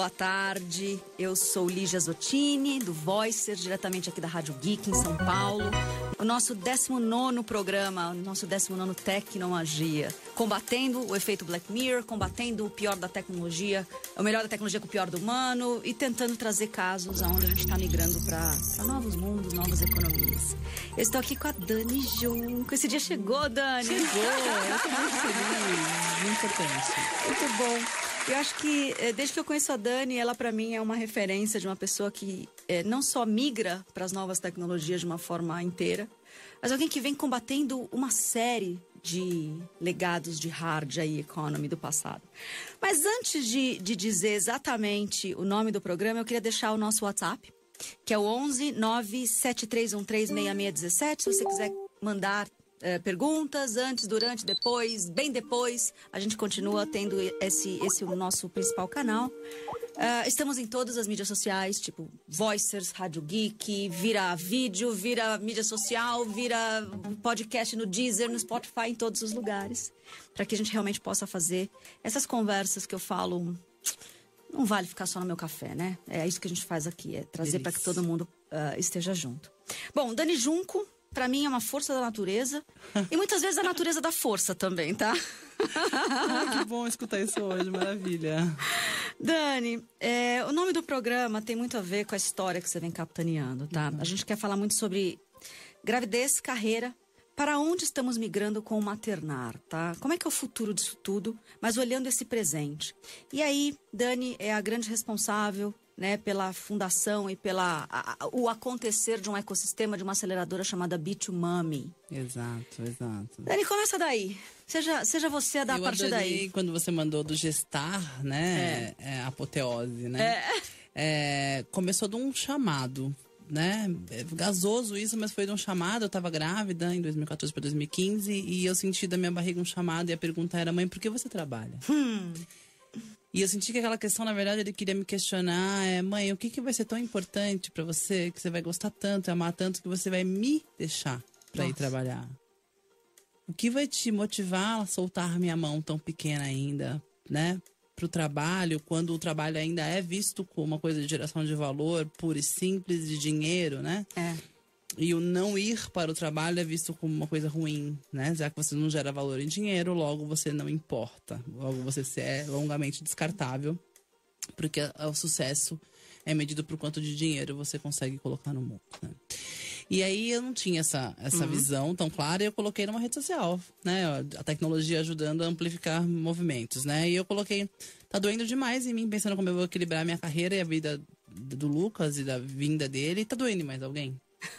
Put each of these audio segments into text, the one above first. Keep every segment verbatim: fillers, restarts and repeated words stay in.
boa tarde. Eu sou Lígia Zottini, do Voicer, diretamente aqui da Rádio Geek, em São Paulo. O nosso décimo nono programa, o nosso décimo nono Tecnomagia. Combatendo o efeito Black Mirror, combatendo o pior da tecnologia, o melhor da tecnologia com o pior do humano e tentando trazer casos onde a gente está migrando para novos mundos, novas economias. Eu estou aqui com a Dani Junco. Esse dia chegou, Dani. Chegou, eu tô muito feliz, muito importante. Muito bom. Eu acho que, desde que eu conheço a Dani, ela pra mim é uma referência de uma pessoa que é, não só migra para as novas tecnologias de uma forma inteira, mas alguém que vem combatendo uma série de legados de hard aí, economy do passado. Mas antes de, de dizer exatamente o nome do programa, eu queria deixar o nosso WhatsApp, que é o onze nove sete três um três seis seis um sete. Se você quiser mandar É, perguntas, antes, durante, depois, bem depois, a gente continua tendo esse, esse o nosso principal canal. Uh, estamos em todas as mídias sociais, tipo Voicers, Rádio Geek, vira vídeo, vira mídia social, vira podcast no Deezer, no Spotify, em todos os lugares, para que a gente realmente possa fazer essas conversas que eu falo. Não vale ficar só no meu café, né? É isso que a gente faz aqui, é trazer para que todo mundo uh, esteja junto. Bom, Dani Junco, pra mim é uma força da natureza. E muitas vezes a natureza dá força também, tá? Ai, que bom escutar isso hoje, maravilha. Dani, é, o nome do programa tem muito a ver com a história que você vem capitaneando, tá? Uhum. A gente quer falar muito sobre gravidez, carreira, para onde estamos migrando com o maternar, tá? Como é que é o futuro disso tudo, mas olhando esse presente. E aí, Dani é a grande responsável, né, pela fundação e pela a, a, o acontecer de um ecossistema de uma aceleradora chamada B dois Mommy. Exato, exato. Dani, começa daí. Seja, seja você a dar Eu a partir daí. Quando você mandou do gestar, né, é. É, apoteose, né? É. É, começou de um chamado, né? É gasoso isso, mas foi de um chamado. Eu tava grávida em dois mil e quatorze para dois mil e quinze e eu senti da minha barriga um chamado e a pergunta era: mãe, por que você trabalha? Hum... E eu senti que aquela questão, na verdade, ele queria me questionar, é, mãe, o que, que vai ser tão importante pra você, que você vai gostar tanto, amar tanto, que você vai me deixar pra Nossa. ir trabalhar? O que vai te motivar a soltar minha mão tão pequena ainda, né, pro trabalho, quando o trabalho ainda é visto como uma coisa de geração de valor, pura e simples, de dinheiro, né? É. E o não ir para o trabalho é visto como uma coisa ruim, né? Já que você não gera valor em dinheiro, logo você não importa. Logo você é longamente descartável, porque o sucesso é medido por quanto de dinheiro você consegue colocar no mundo, né? E aí eu não tinha essa, essa uhum. visão tão clara e eu coloquei numa rede social, né? A tecnologia ajudando a amplificar movimentos, né? E eu coloquei, tá doendo demais em mim, pensando como eu vou equilibrar a minha carreira e a vida do Lucas e da vinda dele. Tá doendo em mais alguém?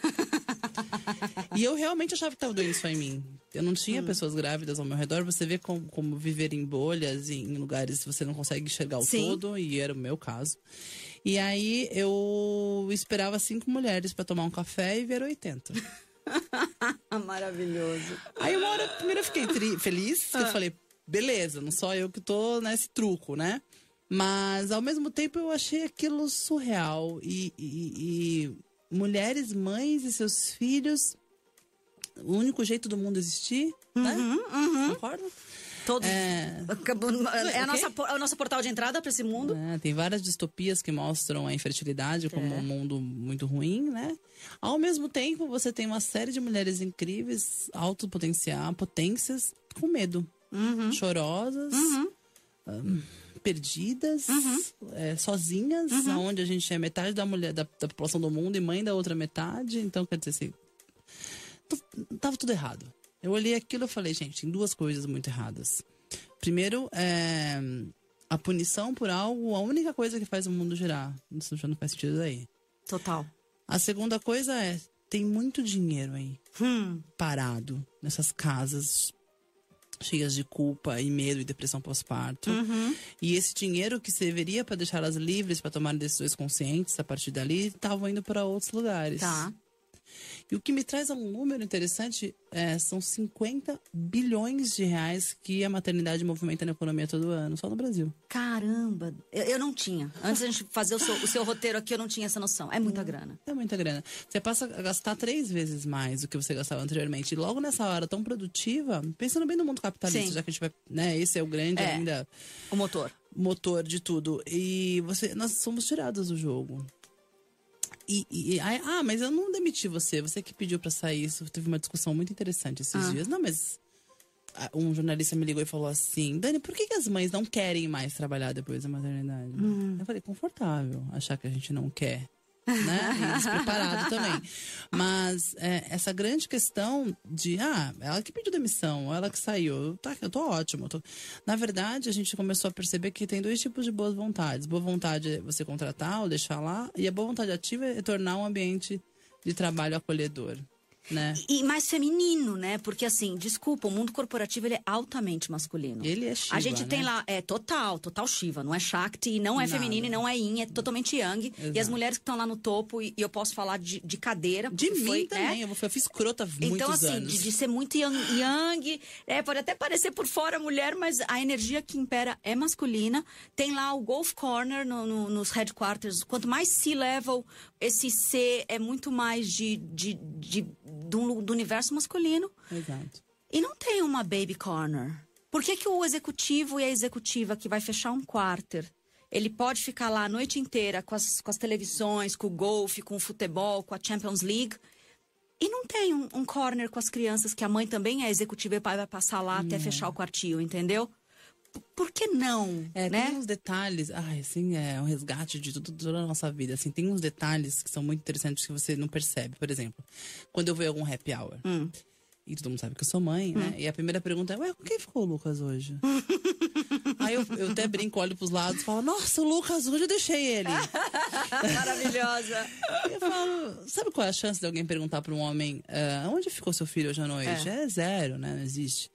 E eu realmente achava que estava doendo só em mim. Eu não tinha hum. pessoas grávidas ao meu redor. Você vê como, como viver em bolhas, em lugares que você não consegue enxergar o Sim. todo. E era o meu caso. E aí eu esperava cinco mulheres para tomar um café e ver oitenta. Maravilhoso. Aí uma hora, primeiro eu fiquei tri- feliz. Ah. Eu falei, beleza, não sou eu que tô nesse truco, né? Mas ao mesmo tempo eu achei aquilo surreal. E... e, e mulheres, mães e seus filhos, o único jeito do mundo existir, uhum, né? Uhum. Concorda? Todos. É, é, a nossa, é o nosso portal de entrada para esse mundo. É, tem várias distopias que mostram a infertilidade como é. um mundo muito ruim, né? Ao mesmo tempo, você tem uma série de mulheres incríveis, alto potencial, potências, com medo. Uhum. Chorosas. Uhum. Um, perdidas, uhum. é, sozinhas, uhum. onde a gente é metade da mulher da, da população do mundo e mãe da outra metade. Então, quer dizer assim, t- tava tudo errado. Eu olhei aquilo e falei, gente, tem duas coisas muito erradas. Primeiro, é, a punição por algo, a única coisa que faz o mundo girar. Isso já não faz sentido aí. Total. A segunda coisa é, tem muito dinheiro aí, hum. parado nessas casas cheias de culpa e medo e depressão pós-parto. Uhum. E esse dinheiro que serviria para deixá-las livres, para tomar decisões conscientes a partir dali, estavam indo para outros lugares. Tá. E o que me traz um número interessante é, são cinquenta bilhões de reais que a maternidade movimenta na economia todo ano, só no Brasil. Caramba! Eu, eu não tinha. Antes da gente fazer o seu, o seu roteiro aqui, eu não tinha essa noção. É muita grana. É muita grana. Você passa a gastar três vezes mais do que você gastava anteriormente. E logo nessa hora tão produtiva, pensando bem no mundo capitalista, Sim. já que a gente vai... né, esse é o grande é, ainda... o motor. motor de tudo. E você, nós somos tirados do jogo. E, e aí, ah, mas eu não demiti você. Você que pediu pra sair. Isso teve uma discussão muito interessante esses ah. dias. Não, mas um jornalista me ligou e falou assim: Dani, por que, que as mães não querem mais trabalhar depois da maternidade? Hum. Eu falei, confortável achar que a gente não quer. Né? E despreparado também. Mas é, essa grande questão de ah, ela que pediu demissão, ela que saiu, tá, eu tô ótimo. Eu tô... Na verdade, a gente começou a perceber que tem dois tipos de boas vontades. Boa vontade é você contratar ou deixar lá, e a boa vontade ativa é tornar um ambiente de trabalho acolhedor. Né? E mais feminino, né? Porque assim, desculpa, o mundo corporativo ele é altamente masculino. Ele é Shiva, a gente né? tem lá, é total, total Shiva. Não é Shakti, não é Nada. feminino e não é Yin, é totalmente Yang. Exato. E as mulheres que estão lá no topo, e, e eu posso falar de, de cadeira. De mim foi, também, né? eu, eu fiz crota muitos então, assim, anos. De, de ser muito yang, yang é, pode até parecer por fora mulher, mas a energia que impera é masculina. Tem lá o Golf Corner no, no, nos headquarters. Quanto mais C-level, esse C é muito mais de, de, de, do, do universo masculino. Exato. E não tem uma baby corner. Por que que o executivo e a executiva que vai fechar um quarter, ele pode ficar lá a noite inteira com as, com as televisões, com o golfe, com o futebol, com a Champions League, e não tem um, um corner com as crianças que a mãe também é executiva e o pai vai passar lá até fechar o quartinho, entendeu? Por que não? É, né? Tem uns detalhes, ai, assim, é um resgate de tudo, toda a nossa vida. Assim, tem uns detalhes que são muito interessantes que você não percebe. Por exemplo, quando eu vou em algum happy hour, hum. e todo mundo sabe que eu sou mãe, hum. né? E a primeira pergunta é, ué, com quem ficou o Lucas hoje? Aí eu, eu até brinco, olho pros lados e falo, nossa, o Lucas hoje eu deixei ele. Maravilhosa. Eu falo, sabe qual é a chance de alguém perguntar para um homem, uh, onde ficou seu filho hoje à noite? É. é zero, né? Não existe.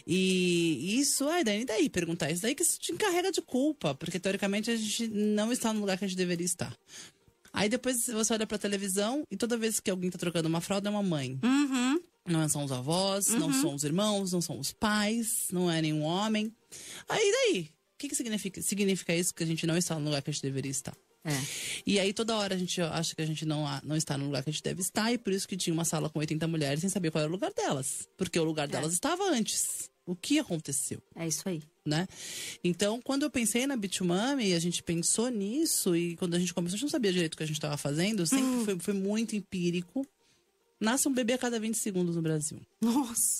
E isso, ai, daí, daí perguntar isso daí que isso te encarrega de culpa, porque teoricamente a gente não está no lugar que a gente deveria estar. Aí depois você olha pra televisão e toda vez que alguém tá trocando uma fralda é uma mãe. Uhum. Não são os avós, uhum. não são os irmãos, não são os pais, não é nenhum homem. Aí daí, o que, que significa? Significa isso que a gente não está no lugar que a gente deveria estar. É. E aí toda hora a gente acha que a gente não, não está no lugar que a gente deve estar, e por isso que tinha uma sala com oitenta mulheres sem saber qual era o lugar delas. Porque o lugar delas é. estava antes. O que aconteceu? É isso aí. Né? Então, quando eu pensei na Bitumami, a gente pensou nisso, e quando a gente começou, a gente não sabia direito o que a gente estava fazendo, sempre hum. foi, foi muito empírico. Nasce um bebê a cada vinte segundos no Brasil. Nossa!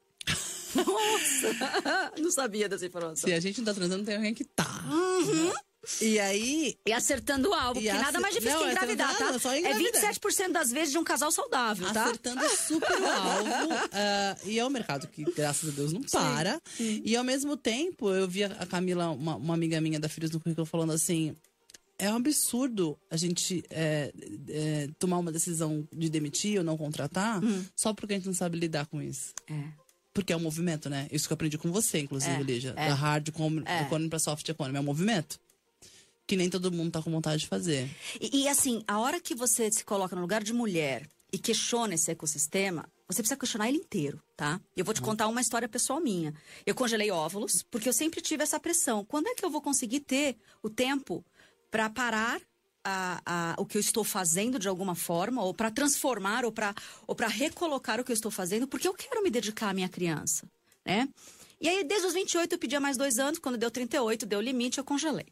Nossa! Não sabia dessa informação. Se a gente não tá transando, tem alguém que tá. Uhum. Né? E aí... E acertando o alvo, porque acer... nada mais difícil não, que engravidar, é tá? só é vinte e sete por cento das vezes de um casal saudável, tá? Acertando super o alvo. Uh, e é um mercado que, graças a Deus, não para. Sim. Sim. E ao mesmo tempo, eu vi a Camila, uma, uma amiga minha da Filhos do Currículo, falando assim... É um absurdo a gente é, é, tomar uma decisão de demitir ou não contratar hum. só porque a gente não sabe lidar com isso. É. Porque é um movimento, né? Isso que eu aprendi com você, inclusive, é. Lígia. É. Da hard economy é. para soft economy. É um movimento que nem todo mundo tá com vontade de fazer. E, e assim, a hora que você se coloca no lugar de mulher e questiona esse ecossistema, você precisa questionar ele inteiro, tá? Eu vou te contar uma história pessoal minha. Eu congelei óvulos porque eu sempre tive essa pressão. Quando é que eu vou conseguir ter o tempo para parar a, a, o que eu estou fazendo de alguma forma, ou para transformar, ou para ou para recolocar o que eu estou fazendo, porque eu quero me dedicar à minha criança, né? E aí, desde os vinte e oito, eu pedia mais dois anos, quando deu trinta e oito, deu limite, eu congelei.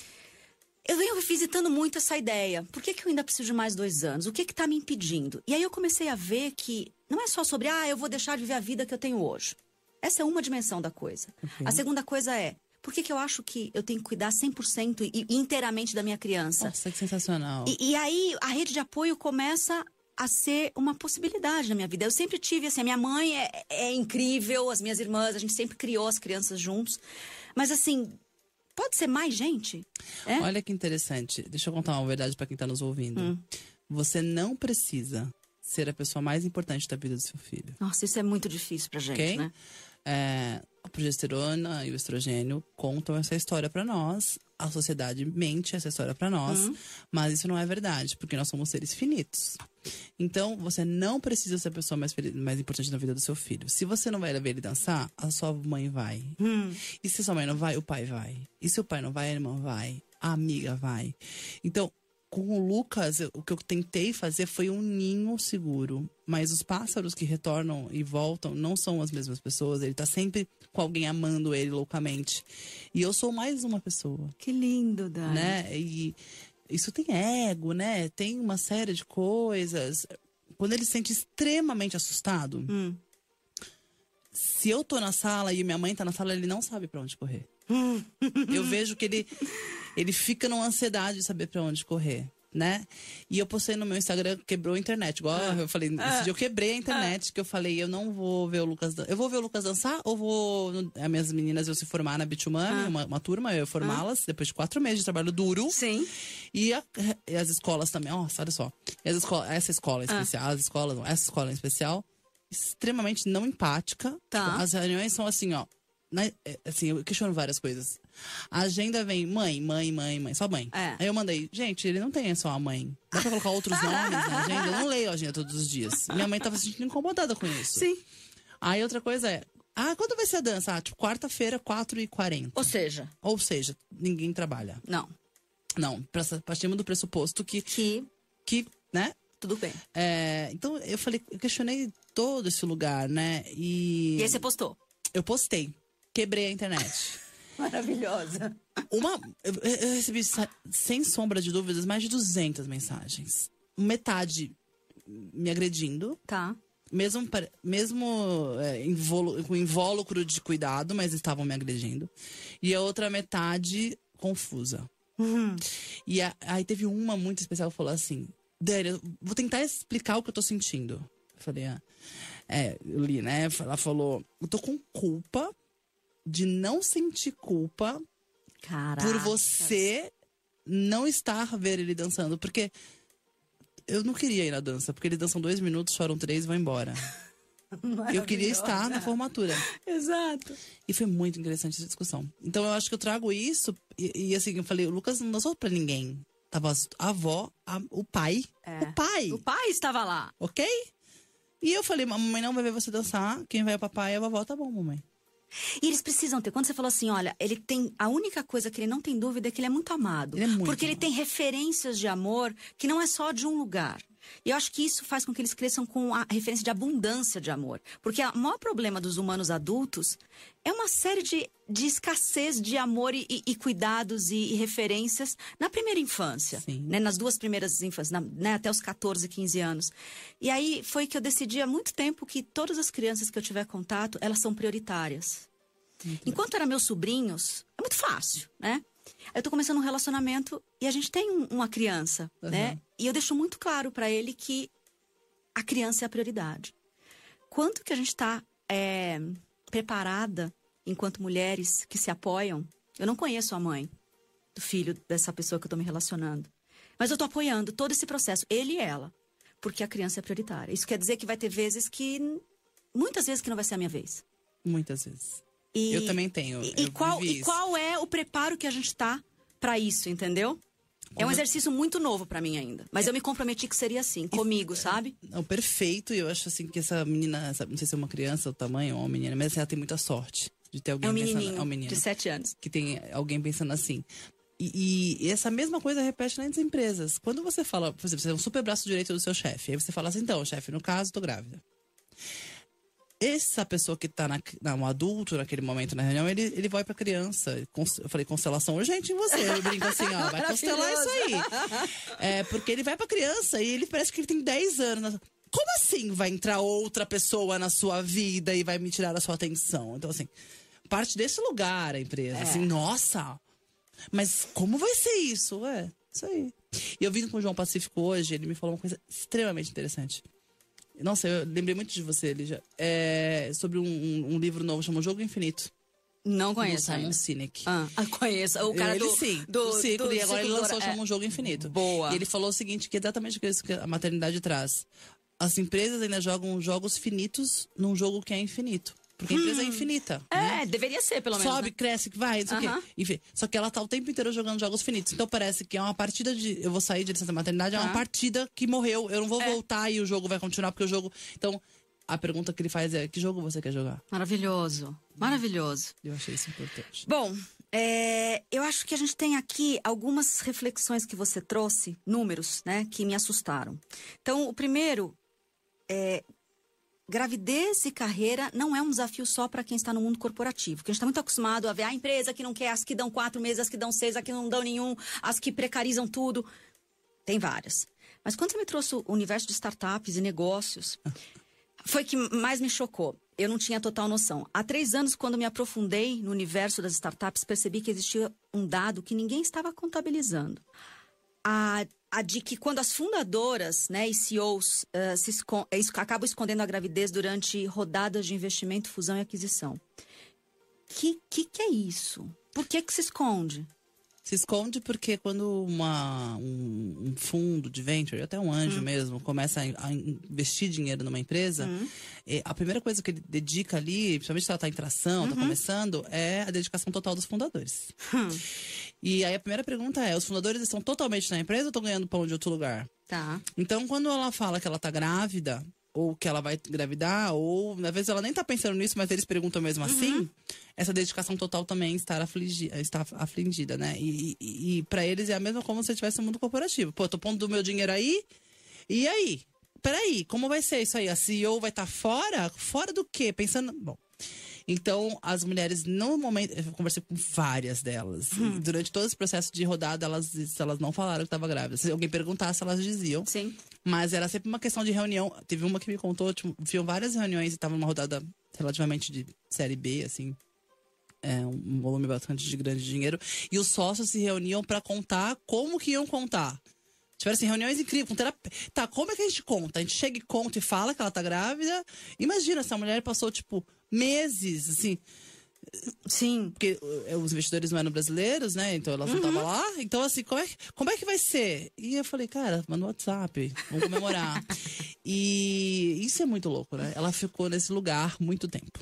Eu venho revisitando muito essa ideia. Por que que eu ainda preciso de mais dois anos? O que que tá me impedindo? E aí eu comecei a ver que não é só sobre, ah, eu vou deixar de viver a vida que eu tenho hoje. Essa é uma dimensão da coisa. Uhum. A segunda coisa é, por que que eu acho que eu tenho que cuidar cem por cento e inteiramente da minha criança? Nossa, que sensacional. E, e aí, a rede de apoio começa a ser uma possibilidade na minha vida. Eu sempre tive, assim, a minha mãe é, é incrível, as minhas irmãs, a gente sempre criou as crianças juntos. Mas, assim, pode ser mais gente? É? Olha que interessante. Deixa eu contar uma verdade para quem tá nos ouvindo. Hum. Você não precisa ser a pessoa mais importante da vida do seu filho. Nossa, isso é muito difícil pra gente, okay? né? É, a progesterona e o estrogênio contam essa história pra nós. A sociedade mente essa história pra nós. Uhum. Mas isso não é verdade, porque nós somos seres finitos. Então, você não precisa ser a pessoa mais, mais importante na vida do seu filho. Se você não vai ver ele dançar, a sua mãe vai. Uhum. E se sua mãe não vai, o pai vai. E se o pai não vai, a irmã vai. A amiga vai. Então, com o Lucas, eu, o que eu tentei fazer foi um ninho seguro. Mas os pássaros que retornam e voltam não são as mesmas pessoas. Ele tá sempre com alguém amando ele loucamente. E eu sou mais uma pessoa. Que lindo, Dani. Né? E isso tem ego, né? Tem uma série de coisas. Quando ele se sente extremamente assustado, Hum. se eu tô na sala e minha mãe tá na sala, ele não sabe pra onde correr. Eu vejo que ele, ele fica numa ansiedade de saber pra onde correr, né? E eu postei no meu Instagram, quebrou a internet. Igual ah. eu falei, ah. esse dia eu quebrei a internet, ah. que eu falei, eu não vou ver o Lucas dançar. Eu vou ver o Lucas dançar ou vou... As minhas meninas iam se formar na Bitumami, ah. uma, uma turma, eu ia formá-las, ah. depois de quatro meses de trabalho duro. Sim. E, a, e as escolas também, ó, olha só. E as escolas, essa escola em especial, ah. as escolas, não, essa escola em especial, extremamente não empática. Tá. Tipo, as reuniões são assim, ó. Na, assim, eu questiono várias coisas. A agenda vem mãe, mãe, mãe, mãe, só mãe. É. Aí eu mandei, gente, ele não tem só a mãe. Dá pra colocar outros nomes na agenda? Eu não leio a agenda todos os dias. Minha mãe tava se sentindo incomodada com isso. Sim. Aí outra coisa é, ah, quando vai ser a dança? Ah, tipo, quarta-feira, quatro e quarenta. Ou seja? Ou seja, ninguém trabalha. Não. Não, partimos do pressuposto que... Que... Que, né? Tudo bem. É, então, eu falei, eu questionei todo esse lugar, né? E... E aí você postou? Eu postei. Quebrei a internet. Maravilhosa. Uma, eu, eu recebi, sem sombra de dúvidas, mais de duzentas mensagens. Metade me agredindo. Tá. Mesmo, mesmo é, involu, com invólucro de cuidado, mas estavam me agredindo. E a outra metade confusa. Uhum. E a, aí teve uma muito especial que falou assim... Dani, eu vou tentar explicar o que eu tô sentindo. Eu falei, ah, é, eu li, né? Ela falou, eu tô com culpa de não sentir culpa Caraca. por você não estar ver ele dançando. Porque eu não queria ir na dança, porque eles dançam dois minutos, choram três e vão embora. Eu queria estar na formatura. Exato. E foi muito interessante essa discussão. Então eu acho que eu trago isso, e, e assim, eu falei, o Lucas não dançou pra ninguém. Tava a avó, a, o pai. É. O pai. O pai estava lá. Ok? E eu falei, mamãe não vai ver você dançar. Quem vai é o papai e a vovó, tá bom, mamãe. E eles precisam ter. Quando você falou assim, olha, ele tem. A única coisa que ele não tem dúvida é que ele é muito amado. Ele é muito porque amado. Ele tem referências de amor que não é só de um lugar. E eu acho que isso faz com que eles cresçam com a referência de abundância de amor. Porque o maior problema dos humanos adultos é uma série de, de escassez de amor e, e cuidados e, e referências na primeira infância. Né? Nas duas primeiras infâncias, na, né? Até os catorze, quinze anos. E aí foi que eu decidi há muito tempo que todas as crianças que eu tiver contato, elas são prioritárias. Muito Enquanto eram meus sobrinhos, é muito fácil, né? Eu tô começando um relacionamento e a gente tem um, uma criança, uhum. né? E eu deixo muito claro pra ele que a criança é a prioridade. Quanto que a gente tá é, preparada, enquanto mulheres que se apoiam? Eu não conheço a mãe do filho dessa pessoa que eu tô me relacionando. Mas eu tô apoiando todo esse processo, ele e ela. Porque a criança é prioritária. Isso quer dizer que vai ter vezes que... Muitas vezes que não vai ser a minha vez. Muitas vezes. E, eu também tenho. E, eu qual, e qual é o preparo que a gente tá pra isso, entendeu? Como é um exercício muito novo pra mim ainda. Mas é. eu me comprometi que seria assim, comigo, sabe? Não, perfeito. E eu acho assim que essa menina, sabe, não sei se é uma criança, o tamanho, ou uma menina, mas ela tem muita sorte de ter alguém é um pensando. Menininho, é um menino de sete anos. Que tem alguém pensando assim. E, e, e essa mesma coisa repete nas empresas. Quando você fala, por exemplo, você é um super braço direito do seu chefe. Aí você fala assim, então, chefe, no caso, tô grávida. Essa pessoa que tá, na, na, um adulto naquele momento na reunião, ele, ele vai pra criança. Eu falei, constelação urgente em você. Eu brinco assim, ó, vai constelar isso aí. É, porque ele vai pra criança e ele parece que ele tem dez anos. Como assim vai entrar outra pessoa na sua vida e vai me tirar a sua atenção? Então, assim, parte desse lugar a empresa. É. Assim, nossa, mas como vai ser isso? É, isso aí. E eu vim com o João Pacífico hoje, ele me falou uma coisa extremamente interessante. Nossa, eu lembrei muito de você, Lígia. É sobre um, um, um livro novo, chama Jogo Infinito. Não conheço Simon Sinek. Ah, conheço. O cara ele, do, sim, do, do ciclo. Do, do e agora ele lançou, é. chama Um Jogo Infinito. Boa. E ele falou o seguinte, que é exatamente isso que a maternidade traz. As empresas ainda jogam jogos finitos num jogo que é infinito. Porque a empresa hum. é infinita. É, né? deveria ser, pelo menos. Sobe, né? cresce, vai, não sei o uh-huh. quê. Enfim, só que ela tá o tempo inteiro jogando jogos finitos. Então parece que é uma partida de... Eu vou sair de licença maternidade, é uma uh-huh. partida que morreu. Eu não vou é. voltar e o jogo vai continuar, porque o jogo... Então, a pergunta que ele faz é, que jogo você quer jogar? Maravilhoso. Maravilhoso. Eu achei isso importante. Bom, é, eu acho que a gente tem aqui algumas reflexões que você trouxe, números, né, que me assustaram. Então, o primeiro é... gravidez e carreira não é um desafio só para quem está no mundo corporativo. Porque a gente está muito acostumado a ver a empresa que não quer, as que dão quatro meses, as que dão seis, as que não dão nenhum, as que precarizam tudo. Tem várias. Mas quando você me trouxe o universo de startups e negócios, foi que mais me chocou. Eu não tinha total noção. Há três anos, quando me aprofundei no universo das startups, percebi que existia um dado que ninguém estava contabilizando. A A de que quando as fundadoras, né, e C E Os uh, se escon es acabam escondendo a gravidez durante rodadas de investimento, fusão e aquisição. Que que, que é isso? Por que que se esconde? Se esconde porque quando uma, um, um fundo de venture, até um anjo hum. mesmo, começa a, a investir dinheiro numa empresa, hum. é, a primeira coisa que ele dedica ali, principalmente se ela está em tração, está uhum. começando, é a dedicação total dos fundadores. Hum. E aí a primeira pergunta é, os fundadores estão totalmente na empresa ou estão ganhando pão de outro lugar? Tá. Então, quando ela fala que ela está grávida, ou que ela vai engravidar, ou às vezes ela nem tá pensando nisso, mas eles perguntam mesmo assim, uhum. essa dedicação total também está afligida, está afligida, né? E, e, e pra eles é a mesma como se estivesse no mundo corporativo. Pô, tô pondo o meu dinheiro aí, e aí? Peraí, como vai ser isso aí? A C E O vai estar tá fora? Fora do quê? Pensando... Bom... Então, as mulheres, no momento... Eu conversei com várias delas. Hum. Durante todo esse processo de rodada, elas, elas não falaram que estava grávida. Se alguém perguntasse, elas diziam. Sim. Mas era sempre uma questão de reunião. Teve uma que me contou, tipo, viu várias reuniões e estava numa rodada relativamente de série B, assim. É, um volume bastante de grande dinheiro. E os sócios se reuniam para contar como que iam contar. Tiveram assim, reuniões incríveis, com terapia. Tá, como é que a gente conta? A gente chega e conta e fala que ela tá grávida. Imagina, essa mulher passou, tipo, meses, assim. Sim. Porque os investidores não eram brasileiros, né? Então elas não estavam uhum. lá. Então, assim, como é, que, como é que vai ser? E eu falei, cara, manda um WhatsApp, vamos comemorar. E isso é muito louco, né? Ela ficou nesse lugar muito tempo.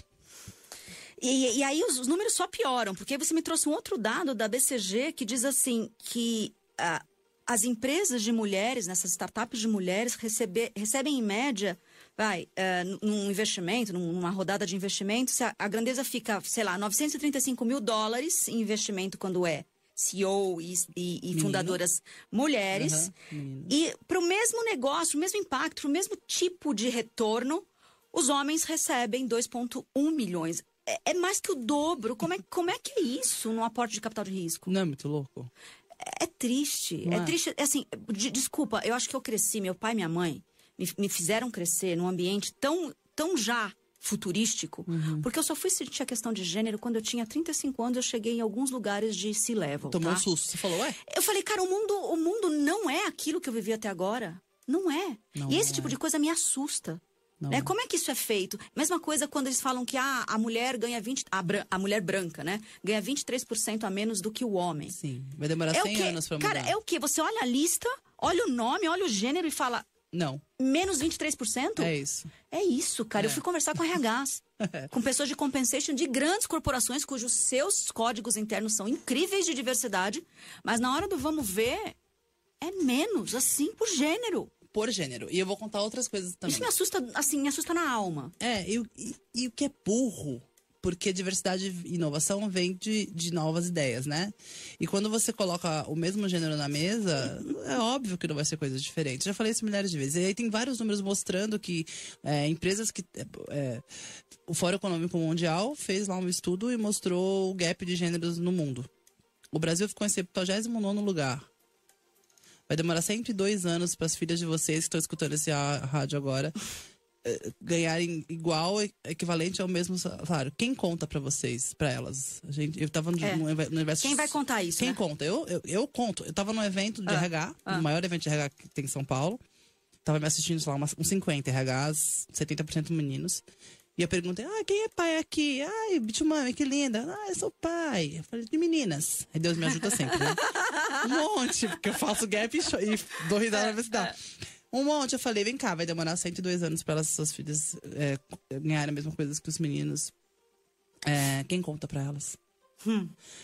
E, e aí os, os números só pioram, porque você me trouxe um outro dado da B C G que diz assim, que... Uh, as empresas de mulheres, nessas startups de mulheres, recebe, recebem em média, vai, uh, num investimento, numa rodada de investimento, a, a grandeza fica, sei lá, novecentos e trinta e cinco mil dólares em investimento quando é C E O e, e, e fundadoras mulheres. Uhum. E para o mesmo negócio, o mesmo impacto, o mesmo tipo de retorno, os homens recebem dois vírgula um milhões. É, é mais que o dobro. Como é, como é que é isso no aporte de capital de risco? Não é muito louco? É triste, é, é triste, assim, de, desculpa, eu acho que eu cresci, meu pai e minha mãe me, me fizeram crescer num ambiente tão, tão já futurístico, uhum. porque eu só fui sentir a questão de gênero quando eu tinha trinta e cinco anos, eu cheguei em alguns lugares de C-level, Tomou tá? um susto, você falou, ué? Eu falei, cara, o mundo, o mundo não é aquilo que eu vivi até agora, não é, não, e esse não tipo é. de coisa me assusta. Né? Como é que isso é feito? Mesma coisa quando eles falam que ah, a mulher ganha vinte... A, bran... a mulher branca, né? Ganha vinte e três por cento a menos do que o homem. Sim, vai demorar é cem anos pra mudar. Cara, é o quê? Você olha a lista, olha o nome, olha o gênero e fala... Não. Menos vinte e três por cento? É isso. É isso, cara. É. Eu fui conversar com R Hs. É. Com pessoas de compensation de grandes corporações cujos seus códigos internos são incríveis de diversidade. Mas na hora do vamos ver, é menos, assim, por gênero. Por gênero. E eu vou contar outras coisas também. Isso me assusta, assim, me assusta na alma. É, e, e, e o que é burro? Porque diversidade e inovação vem de, de novas ideias, né? E quando você coloca o mesmo gênero na mesa, é óbvio que não vai ser coisas diferentes. Já falei isso milhares de vezes. E aí tem vários números mostrando que é, empresas que... É, o Fórum Econômico Mundial fez lá um estudo e mostrou o gap de gêneros no mundo. O Brasil ficou em septuagésimo nono lugar. Vai demorar cento e dois anos para as filhas de vocês que estão escutando esse rádio agora ganharem igual, equivalente ao mesmo salário. Quem conta para vocês, para elas? A gente, eu tava no, é. no, no universo... Quem vai contar isso, Quem né? conta? Eu, eu, eu conto. Eu tava num evento de ah. R H, ah. no maior evento de R H que tem em São Paulo. Tava me assistindo, sei lá, uns cinquenta R Hs, setenta por cento meninos. E eu perguntei, ah, quem é pai aqui? Ai, Bitumami, que linda. Ah, eu sou pai. Eu falei, de meninas. Aí Deus me ajuda sempre, né? Um monte, porque eu faço gap e, e dou risada na universidade. Um monte, eu falei, vem cá, vai demorar cento e dois anos para elas, suas filhas é, ganharem a mesma coisa que os meninos. É, quem conta para elas? Hum.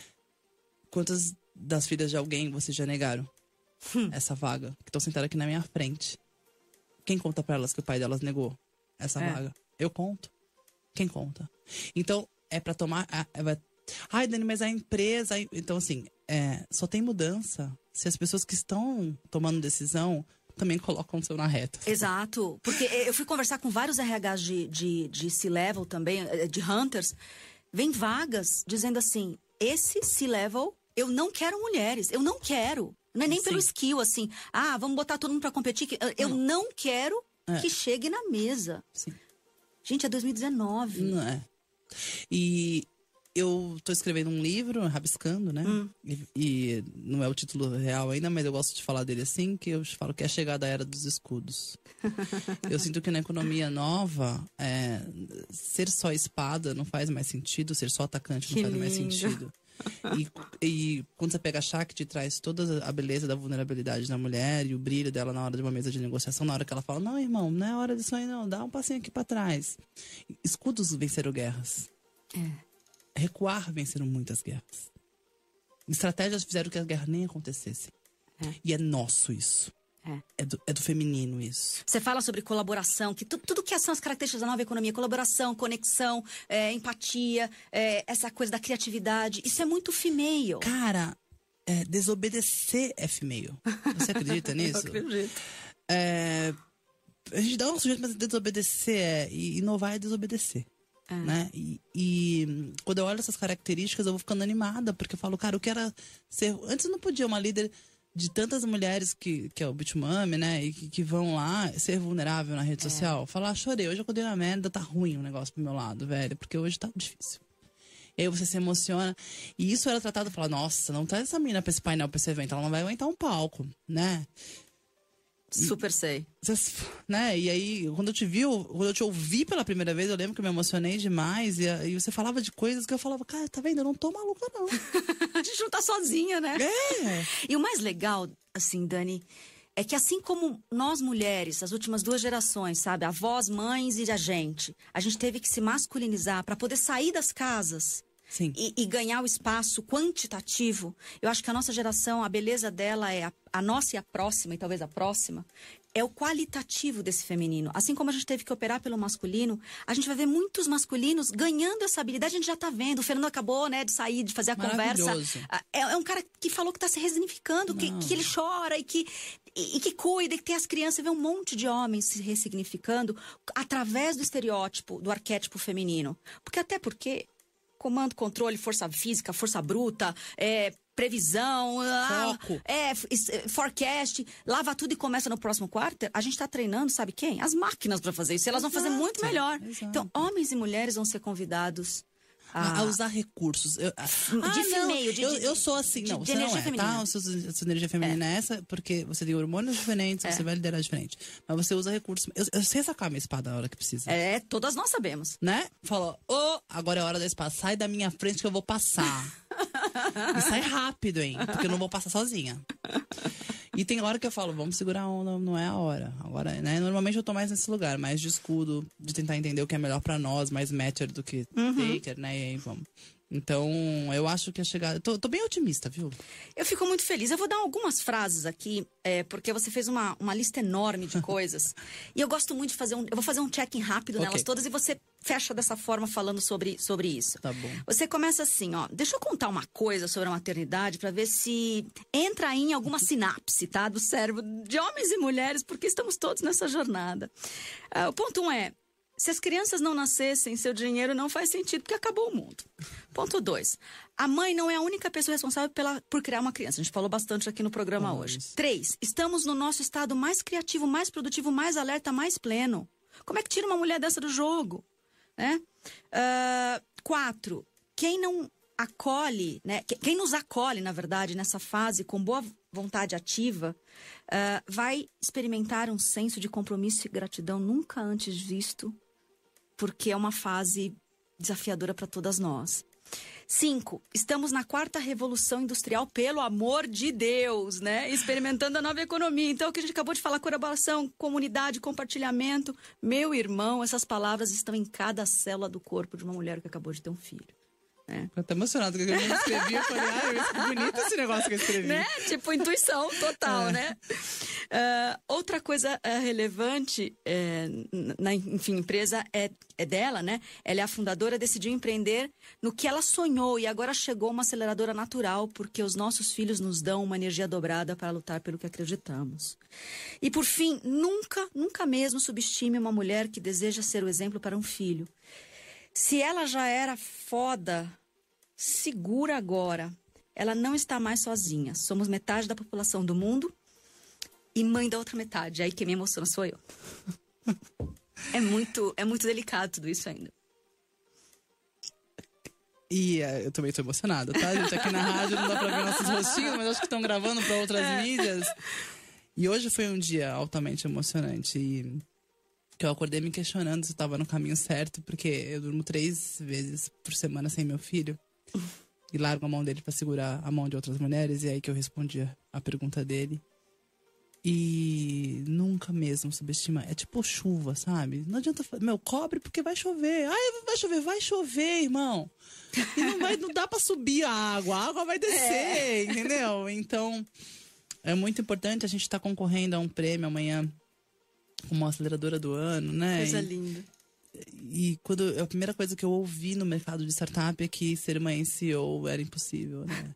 Quantas das filhas de alguém vocês já negaram hum. essa vaga? Que estão sentadas aqui na minha frente. Quem conta para elas que o pai delas negou essa é. vaga? Eu conto. Quem conta? Então, é para tomar... É, Ai, Dani, mas a empresa... Então, assim, é, só tem mudança se as pessoas que estão tomando decisão também colocam o seu na reta. Exato. Porque eu fui conversar com vários R Hs de, de, de C-Level também, de Hunters. Vem vagas dizendo assim, esse C-Level, eu não quero mulheres. Eu não quero. Não é nem Sim. pelo skill, assim. Ah, vamos botar todo mundo pra competir. Eu não, não quero é. que chegue na mesa. Sim. Gente, é dois mil e dezenove. Não é. E... Eu tô escrevendo um livro, rabiscando, né? Hum. E, e não é o título real ainda, mas eu gosto de falar dele assim, que eu falo que é a chegada à era dos escudos. Eu sinto que na economia nova, é, ser só espada não faz mais sentido, ser só atacante não que faz lindo. mais sentido. E, e quando você pega a Shakti, traz toda a beleza da vulnerabilidade da mulher e o brilho dela na hora de uma mesa de negociação, na hora que ela fala, não, irmão, não é hora disso aí não, dá um passinho aqui pra trás. Escudos venceram guerras. É. Recuar venceram muitas guerras. Estratégias fizeram que a guerra nem acontecesse. É. E é nosso isso. É. É, do, é do feminino isso. Você fala sobre colaboração, que tu, tudo que são as características da nova economia, colaboração, conexão, é, empatia, é, essa coisa da criatividade, isso é muito female. Cara, é, desobedecer é female. Você acredita nisso? Eu acredito. É, a gente dá um sujeito, mas desobedecer é, e inovar é desobedecer. É. Né? E, e quando eu olho essas características, eu vou ficando animada, porque eu falo, cara, o que era ser. Antes eu não podia uma líder de tantas mulheres que, que é o Bitmami, né? E que, que vão lá ser vulnerável na rede é. social. Falar, ah, chorei, hoje eu acordei na merda, tá ruim o negócio pro meu lado, velho, porque hoje tá difícil. E aí você se emociona. E isso era tratado, falar, nossa, não traz essa menina pra esse painel, pra esse evento, ela não vai aguentar um palco, né? Super sei. Né? E aí, quando eu te vi, quando eu te ouvi pela primeira vez, eu lembro que eu me emocionei demais. E, e você falava de coisas que eu falava, cara, tá vendo? Eu não tô maluca, não. A gente não tá sozinha, né? É. E o mais legal, assim, Dani, é que assim como nós mulheres, as últimas duas gerações, sabe? Avós, mães e a gente, a gente teve que se masculinizar para poder sair das casas. Sim. E, e ganhar o espaço quantitativo. Eu acho que a nossa geração, a beleza dela é a, a nossa e a próxima, e talvez a próxima, é o qualitativo desse feminino. Assim como a gente teve que operar pelo masculino, a gente vai ver muitos masculinos ganhando essa habilidade. A gente já tá vendo. O Fernando acabou, né, de sair, de fazer a conversa. É, é um cara que falou que tá se resignificando, que, que ele chora e que, e, e que cuida, e que tem as crianças. Você vê um monte de homens se ressignificando através do estereótipo, do arquétipo feminino. Porque até porque comando, controle, força física, força bruta, é, previsão, foco. É, forecast, lava tudo e começa no próximo quarto. A gente está treinando, sabe quem? As máquinas para fazer isso. Elas Exato. vão fazer muito melhor. Exato. Então, homens e mulheres vão ser convidados a, a usar recursos. Eu, ah, de não, meio, de, eu, de, eu sou assim, de, não, de você energia não é, feminina. tá? A sua, a sua energia feminina é. é essa, porque você tem hormônios diferentes, é. você vai liderar diferente. Mas você usa recursos. Eu, eu sei sacar minha espada na hora que precisa. É, todas nós sabemos. Né? Falou, ô, oh, agora é a hora da espada, sai da minha frente que eu vou passar. E sai rápido, hein? Porque eu não vou passar sozinha. E tem hora que eu falo, vamos segurar a onda, não é a hora. Agora, né? Normalmente eu tô mais nesse lugar, mais de escudo, de tentar entender o que é melhor pra nós, mais matter do que uhum. taker, né? E aí vamos. Então, eu acho que a chegada... Tô, tô bem otimista, viu? Eu fico muito feliz. Eu vou dar algumas frases aqui, é, porque você fez uma, uma lista enorme de coisas. E eu gosto muito de fazer um... Eu vou fazer um check-in rápido okay. nelas todas e você fecha dessa forma falando sobre, sobre isso. Tá bom. Você começa assim, ó. Deixa eu contar uma coisa sobre a maternidade para ver se entra aí em alguma sinapse, tá? Do cérebro de homens e mulheres, porque estamos todos nessa jornada. Uh, o ponto um é... Se as crianças não nascessem, seu dinheiro não faz sentido, porque acabou o mundo. Ponto dois. A mãe não é a única pessoa responsável pela, por criar uma criança. A gente falou bastante aqui no programa oh, hoje. Isso. Três. Estamos no nosso estado mais criativo, mais produtivo, mais alerta, mais pleno. Como é que tira uma mulher dessa do jogo? Né? Uh, quatro. Quem não acolhe, né? Quem nos acolhe, na verdade, nessa fase com boa vontade ativa, uh, vai experimentar um senso de compromisso e gratidão nunca antes visto, porque é uma fase desafiadora para todas nós. Cinco, estamos na quarta revolução industrial, pelo amor de Deus, né? Experimentando a nova economia. Então, o que a gente acabou de falar, colaboração, comunidade, compartilhamento. Meu irmão, essas palavras estão em cada célula do corpo de uma mulher que acabou de ter um filho. É. Eu tô emocionado, porque eu escrevi, eu falei, ah, que bonito esse negócio que eu escrevi. Né? Tipo, intuição total, é. né? Uh, outra coisa uh, relevante, é, na enfim, empresa é, é dela, né? Ela é a fundadora, decidiu empreender no que ela sonhou e agora chegou uma aceleradora natural, porque os nossos filhos nos dão uma energia dobrada para lutar pelo que acreditamos. E por fim, nunca, nunca mesmo subestime uma mulher que deseja ser o exemplo para um filho. Se ela já era foda, segura agora. Ela não está mais sozinha. Somos metade da população do mundo e mãe da outra metade. Aí quem me emociona sou eu. É muito, é muito delicado tudo isso ainda. E uh, eu também tô emocionada, tá? A gente aqui na rádio não dá pra ver nossos rostinhos, mas acho que estão gravando pra outras é. mídias. E hoje foi um dia altamente emocionante. E que eu acordei me questionando se eu tava no caminho certo, porque eu durmo três vezes por semana sem meu filho. E largo a mão dele pra segurar a mão de outras mulheres. E aí que eu respondi a pergunta dele. E nunca mesmo subestima. É tipo chuva, sabe? Não adianta... Meu, cobre porque vai chover. Ai, vai chover. Vai chover, irmão. E não, vai, não dá pra subir a água. A água vai descer, é. entendeu? Então, é muito importante. A gente tá concorrendo a um prêmio amanhã como aceleradora do ano, né? Coisa e, linda. E quando, a primeira coisa que eu ouvi no mercado de startup é que ser mãe C E O era impossível, né?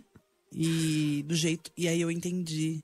E do jeito... E aí eu entendi.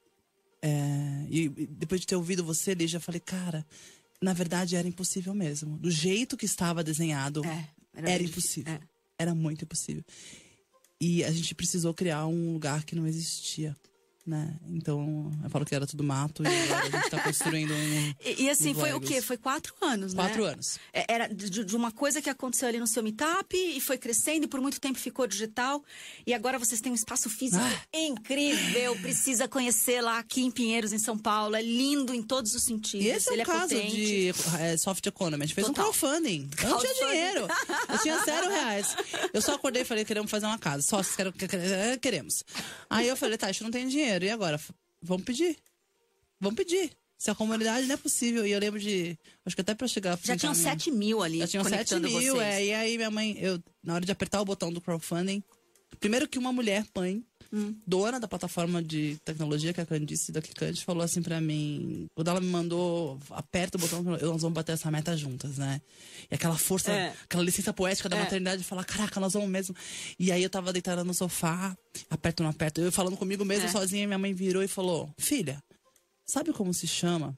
É, e depois de ter ouvido você, Lígia, já falei, cara, na verdade era impossível mesmo. Do jeito que estava desenhado, é, era, era impossível. É. Era muito impossível. E a gente precisou criar um lugar que não existia, né? Então, eu falo que era tudo mato e agora a gente tá construindo um... E, e assim, foi o quê? Foi quatro anos, né? Quatro anos. Era de, de uma coisa que aconteceu ali no seu meetup e foi crescendo e por muito tempo ficou digital. E agora vocês têm um espaço físico ah. incrível. Precisa conhecer lá aqui em Pinheiros, em São Paulo. É lindo em todos os sentidos. E esse é um Ele caso é de é, soft economy. A gente fez Total. um crowdfunding. Eu não tinha dinheiro. Eu tinha zero reais. Eu só acordei e falei, queremos fazer uma casa. Só, queremos. Aí eu falei, tá, a gente não tem dinheiro. E agora? Vamos pedir. Vamos pedir. Se a comunidade não é possível. E eu lembro de... Acho que até pra chegar... Já tinham sete mil ali. Já tinham sete mil, é. E aí minha mãe... Eu, na hora de apertar o botão do crowdfunding... Primeiro que uma mulher, mãe, hum. dona da plataforma de tecnologia, que é a Candice da Kikante, falou assim pra mim... Quando ela me mandou... Aperta o botão, nós vamos bater essa meta juntas, né? E aquela força... É. Aquela licença poética da é. maternidade de falar... Caraca, nós vamos mesmo. E aí eu tava deitada no sofá... Aperto, não aperto. Eu falando comigo mesmo, é. sozinha. Minha mãe virou e falou... Filha, sabe como se chama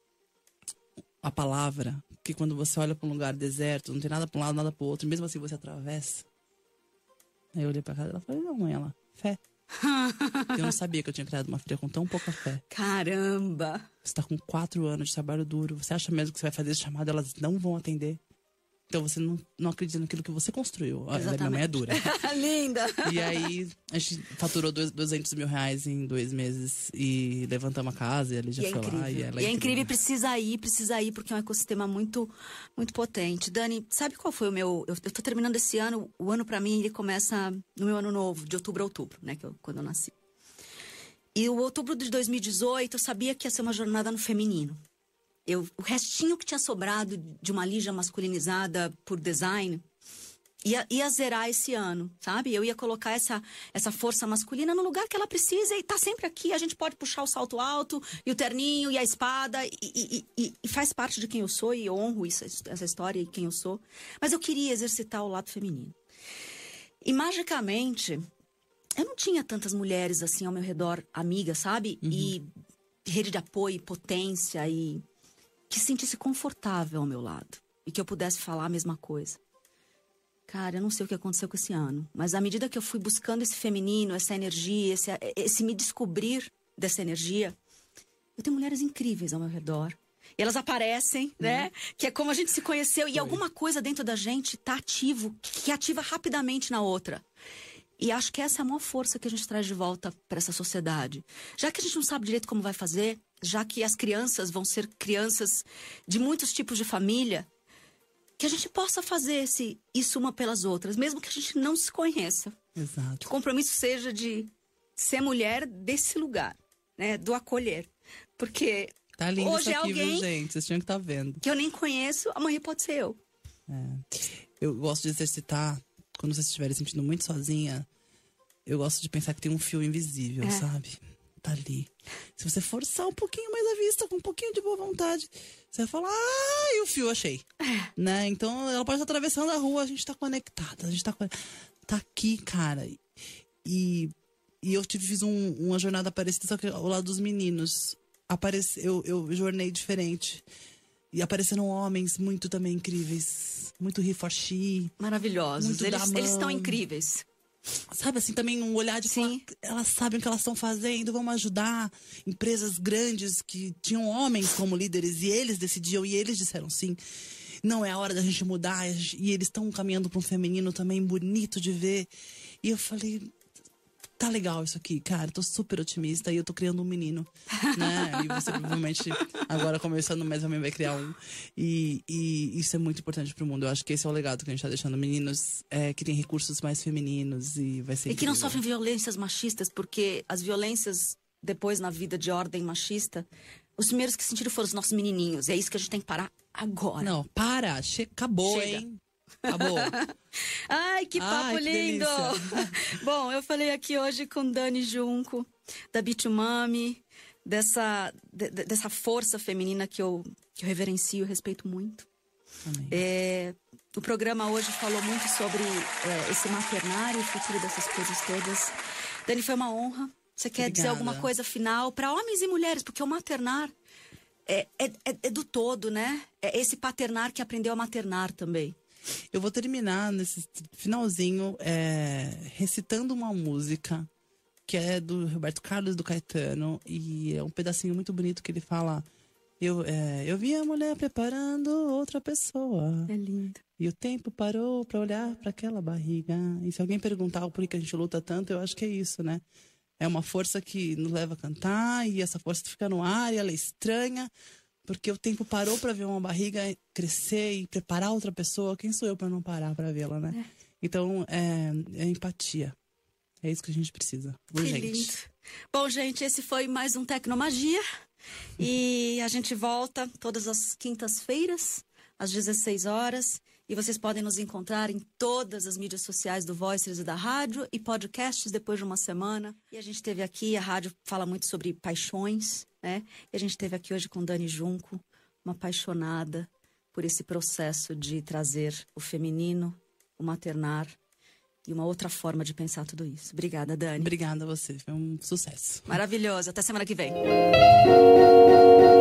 a palavra que quando você olha pra um lugar deserto... Não tem nada pra um lado, nada pro outro... E mesmo assim você atravessa... Aí eu olhei pra casa e ela falou, não, mãe, ela, fé. Eu não sabia que eu tinha criado uma filha com tão pouca fé. Caramba! Você tá com quatro anos de trabalho duro. Você acha mesmo que você vai fazer esse chamado, elas não vão atender? Então você não, não acredita naquilo que você construiu. Exatamente. A minha mãe é dura. Linda! E aí, a gente faturou duzentos mil reais em dois meses. E levantamos a casa e ele já e foi é lá. E, ela e é é incrível e precisa ir, precisa ir, porque é um ecossistema muito, muito potente. Dani, sabe qual foi o meu... Eu, eu tô terminando esse ano, o ano pra mim, ele começa no meu ano novo, de outubro a outubro, né? Que eu, quando eu nasci. E o outubro de dois mil e dezoito, eu sabia que ia ser uma jornada no feminino. Eu, o restinho que tinha sobrado de uma Lígia masculinizada por design ia, ia zerar esse ano, sabe? Eu ia colocar essa, essa força masculina no lugar que ela precisa e tá sempre aqui. A gente pode puxar o salto alto e o terninho e a espada e, e, e, e faz parte de quem eu sou e eu honro isso, essa história e quem eu sou. Mas eu queria exercitar o lado feminino. E magicamente, eu não tinha tantas mulheres assim ao meu redor, amigas, sabe? Uhum. E rede de apoio, potência e... que se sentisse confortável ao meu lado. E que eu pudesse falar a mesma coisa. Cara, eu não sei o que aconteceu com esse ano. Mas à medida que eu fui buscando esse feminino, essa energia, esse, esse me descobrir dessa energia... Eu tenho mulheres incríveis ao meu redor. E elas aparecem, hum. né? Que é como a gente se conheceu. E Foi. alguma coisa dentro da gente tá ativo, que ativa rapidamente na outra. E acho que essa é a maior força que a gente traz de volta para essa sociedade. Já que a gente não sabe direito como vai fazer... já que as crianças vão ser crianças de muitos tipos de família, que a gente possa fazer esse, isso uma pelas outras, mesmo que a gente não se conheça. Exato. Que o compromisso seja de ser mulher desse lugar, né? Do acolher. Porque tá lindo hoje isso aqui, é alguém, viu, gente? Vocês tinham que estar tá vendo. Que eu nem conheço, amanhã pode ser eu. É. Eu gosto de exercitar, quando vocês estiverem sentindo muito sozinha, eu gosto de pensar que tem um fio invisível, é. sabe? tá ali. Se você forçar um pouquinho mais a vista, com um pouquinho de boa vontade, você vai falar, ai, o fio, achei. É. Né? Então, ela pode estar atravessando a rua, a gente tá conectada, a gente tá, tá aqui, cara. E, e eu tive, fiz um, uma jornada parecida, só que ao lado dos meninos. Aparece, eu, eu jornei diferente. E apareceram homens muito também incríveis. Muito he for she. Maravilhosos. Muito eles, eles estão incríveis. Sabe, assim, também um olhar de falar, elas sabem o que elas estão fazendo, vamos ajudar. Empresas grandes que tinham homens como líderes e eles decidiam, e eles disseram sim. Não, é a hora da gente mudar. E eles estão caminhando para um feminino também bonito de ver. E eu falei, tá legal isso aqui, cara, tô super otimista e eu tô criando um menino, né? E você provavelmente, agora começando mais também vai criar um. E, e isso é muito importante pro mundo. Eu acho que esse é o legado que a gente tá deixando. Meninos é, que têm recursos mais femininos e vai ser E que não incrível. sofrem violências machistas, porque as violências depois na vida de ordem machista, os primeiros que sentiram foram os nossos menininhos. E é isso que a gente tem que parar agora. Não, para, che acabou, Chega. hein? Acabou. Ai, que papo Ai, que lindo! Bom, eu falei aqui hoje com Dani Junco, da Bitumami, dessa, de, dessa força feminina que eu, que eu reverencio e respeito muito. É, o programa hoje falou muito sobre é, esse maternário, o futuro dessas coisas todas. Dani, foi uma honra. Você quer Obrigada. dizer alguma coisa final para homens e mulheres? Porque o maternar é, é, é do todo, né? É esse paternar que aprendeu a maternar também. Eu vou terminar nesse finalzinho é, recitando uma música que é do Roberto Carlos, do Caetano, e é um pedacinho muito bonito que ele fala: eu, é, eu vi a mulher preparando outra pessoa. É lindo. E o tempo parou pra olhar pra aquela barriga. E se alguém perguntar por que a gente luta tanto, eu acho que é isso, né? É uma força que nos leva a cantar, e essa força fica no ar, e ela é estranha. Porque o tempo parou pra ver uma barriga crescer e preparar outra pessoa. Quem sou eu pra não parar pra vê-la, né? É. Então, é, é empatia. É isso que a gente precisa. Urgente. Que lindo. Bom, gente, esse foi mais um Tecnomagia. E a gente volta todas as quintas-feiras, às dezesseis horas. E vocês podem nos encontrar em todas as mídias sociais do Voices e da rádio e podcasts depois de uma semana. E a gente teve aqui, a rádio fala muito sobre paixões, né? E a gente teve aqui hoje com Dani Junco, uma apaixonada por esse processo de trazer o feminino, o maternar e uma outra forma de pensar tudo isso. Obrigada, Dani. Obrigada a você, foi um sucesso. Maravilhoso, até semana que vem.